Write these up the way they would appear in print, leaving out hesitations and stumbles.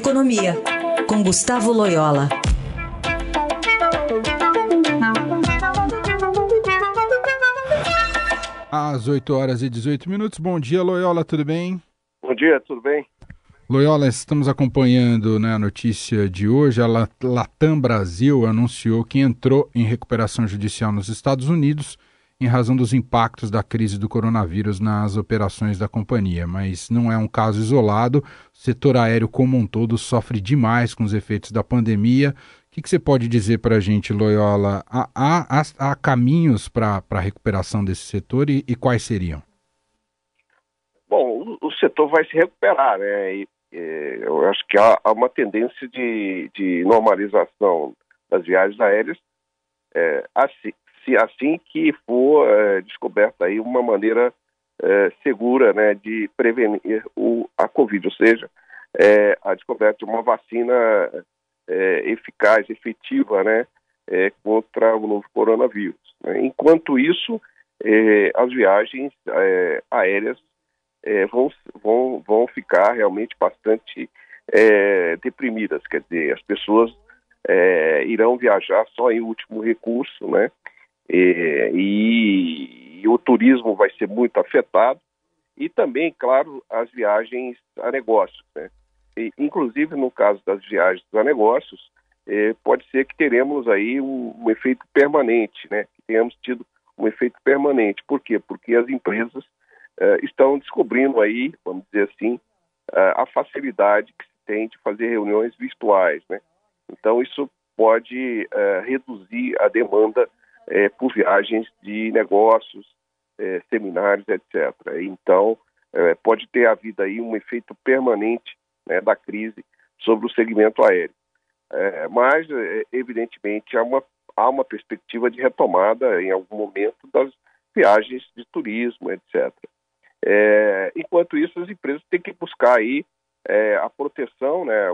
Economia, com Gustavo Loyola. Às 8h18. Bom dia, Loyola, tudo bem? Bom dia, tudo bem? Loyola, estamos acompanhando, a notícia de hoje. A Latam Brasil anunciou que entrou em recuperação judicial nos Estados Unidos em razão dos impactos da crise do coronavírus nas operações da companhia. Mas não é um caso isolado. O setor aéreo como um todo sofre demais com os efeitos da pandemia. O que você pode dizer para a gente, Loyola? Há caminhos para a recuperação desse setor e quais seriam? Bom, o setor vai se recuperar, né? Eu acho que há uma tendência de normalização das viagens aéreas, assim que for descoberta aí uma maneira segura, né, de prevenir a Covid, ou seja, a descoberta de uma vacina eficaz, efetiva, né, contra o novo coronavírus, né? Enquanto isso, as viagens aéreas vão ficar realmente bastante deprimidas, quer dizer, as pessoas irão viajar só em último recurso, né? E o turismo vai ser muito afetado e também, claro, as viagens a negócios, né? Inclusive, no caso das viagens a negócios, pode ser que teremos aí um efeito permanente, né? Que tenhamos tido um efeito permanente. Por quê? Porque as empresas estão descobrindo aí, vamos dizer assim, a facilidade que se tem de fazer reuniões virtuais, né? Então, isso pode reduzir a demanda por viagens de negócios, seminários, etc. Então, pode ter havido aí um efeito permanente, né, da crise sobre o segmento aéreo. Mas, evidentemente, há uma perspectiva de retomada em algum momento das viagens de turismo, etc. Enquanto isso, as empresas têm que buscar aí a proteção, né,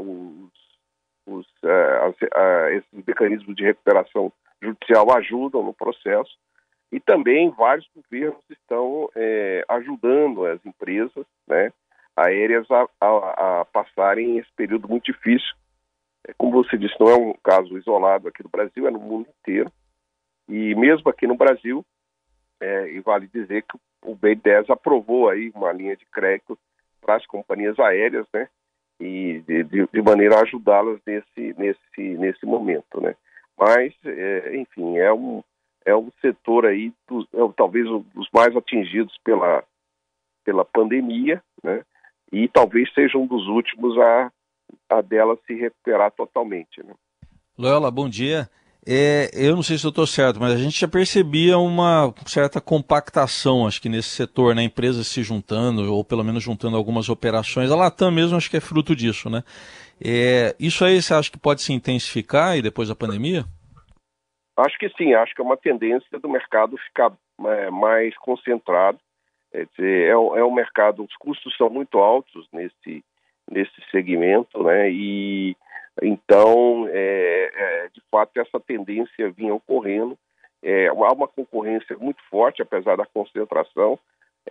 esses mecanismos de recuperação judicial ajudam no processo e também vários governos estão ajudando as empresas, né, aéreas a passarem esse período muito difícil. Como você disse, não é um caso isolado aqui no Brasil, é no mundo inteiro. E mesmo aqui no Brasil, e vale dizer que o BNDES aprovou aí uma linha de crédito para as companhias aéreas, né, e de maneira a ajudá-las nesse momento, né. Mas, enfim, é um setor aí, talvez um dos mais atingidos pela pandemia, né, e talvez seja um dos últimos a dela se recuperar totalmente, né. Loyola, bom dia. Eu não sei se eu estou certo, mas a gente já percebia uma certa compactação, acho que nesse setor, né? Empresas se juntando, ou pelo menos juntando algumas operações. A Latam mesmo acho que é fruto disso, né? Isso aí você acha que pode se intensificar e depois da pandemia? Acho que sim, acho que é uma tendência do mercado ficar mais concentrado. Quer dizer, é um mercado, os custos são muito altos nesse segmento, né? E então, de fato, essa tendência vinha ocorrendo. Há uma concorrência muito forte, apesar da concentração.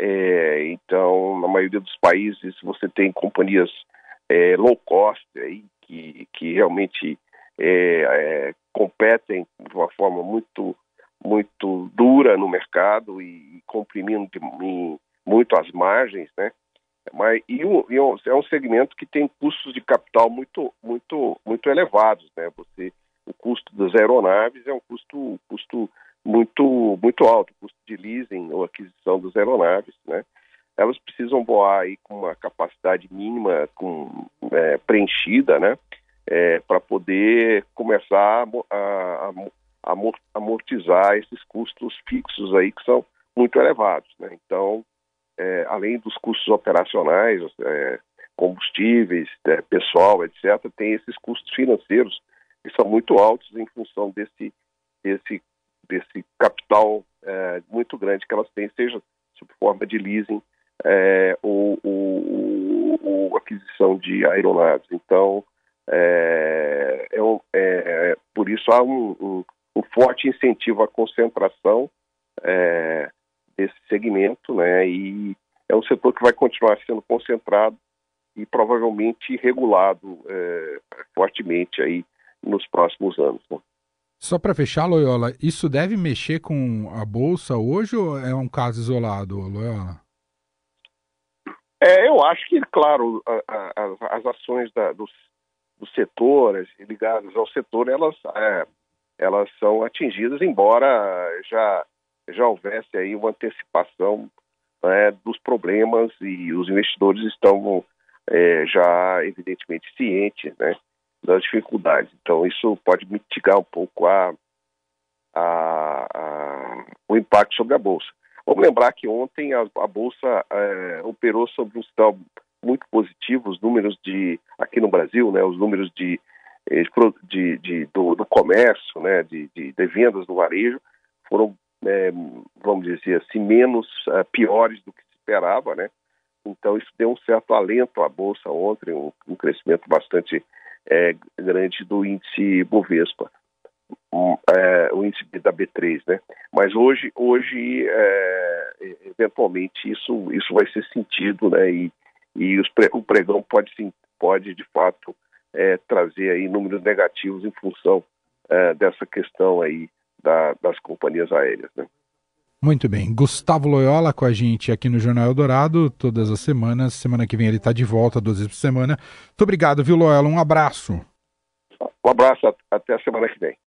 Então, na maioria dos países, você tem companhias low cost aí, que realmente competem de uma forma muito, muito dura no mercado e comprimindo muito as margens, né? Mas é um segmento que tem custos de capital muito, muito, muito elevados, né? O custo das aeronaves é um custo muito, muito alto, o custo de leasing ou aquisição das aeronaves, né? Elas precisam voar aí com uma capacidade mínima preenchida, né? Para poder começar a amortizar esses custos fixos aí que são muito elevados, né? Então, além dos custos operacionais, combustíveis, pessoal, etc., tem esses custos financeiros que são muito altos em função desse capital muito grande que elas têm, seja sob forma de leasing ou aquisição de aeronaves. Então, por isso há um forte incentivo à concentração desse segmento, né? E é um setor que vai continuar sendo concentrado e provavelmente regulado fortemente aí nos próximos anos, né? Só para fechar, Loyola, isso deve mexer com a Bolsa hoje ou é um caso isolado, Loyola? Eu acho que, claro, as ações do setor, ligadas ao setor, elas são atingidas, embora já houvesse aí uma antecipação, né, dos problemas, e os investidores estão já evidentemente cientes, né, das dificuldades. Então isso pode mitigar um pouco o impacto sobre a Bolsa. Vamos lembrar que ontem a Bolsa operou sobre um sinal muito positivo, os números aqui no Brasil, né, os números do comércio, né, de vendas do varejo foram, vamos dizer assim, menos piores do que se esperava, né? Então isso deu um certo alento à Bolsa ontem, um crescimento bastante grande do índice Bovespa, o índice da B3, né? Mas hoje eventualmente isso vai ser sentido, né? E o pregão pode de fato trazer aí números negativos em função dessa questão aí das companhias aéreas, né? Muito bem. Gustavo Loyola com a gente aqui no Jornal Eldorado, todas as semanas. Semana que vem ele está de volta, 2 vezes por semana. Muito obrigado, viu, Loyola? Um abraço. Um abraço, até a semana que vem.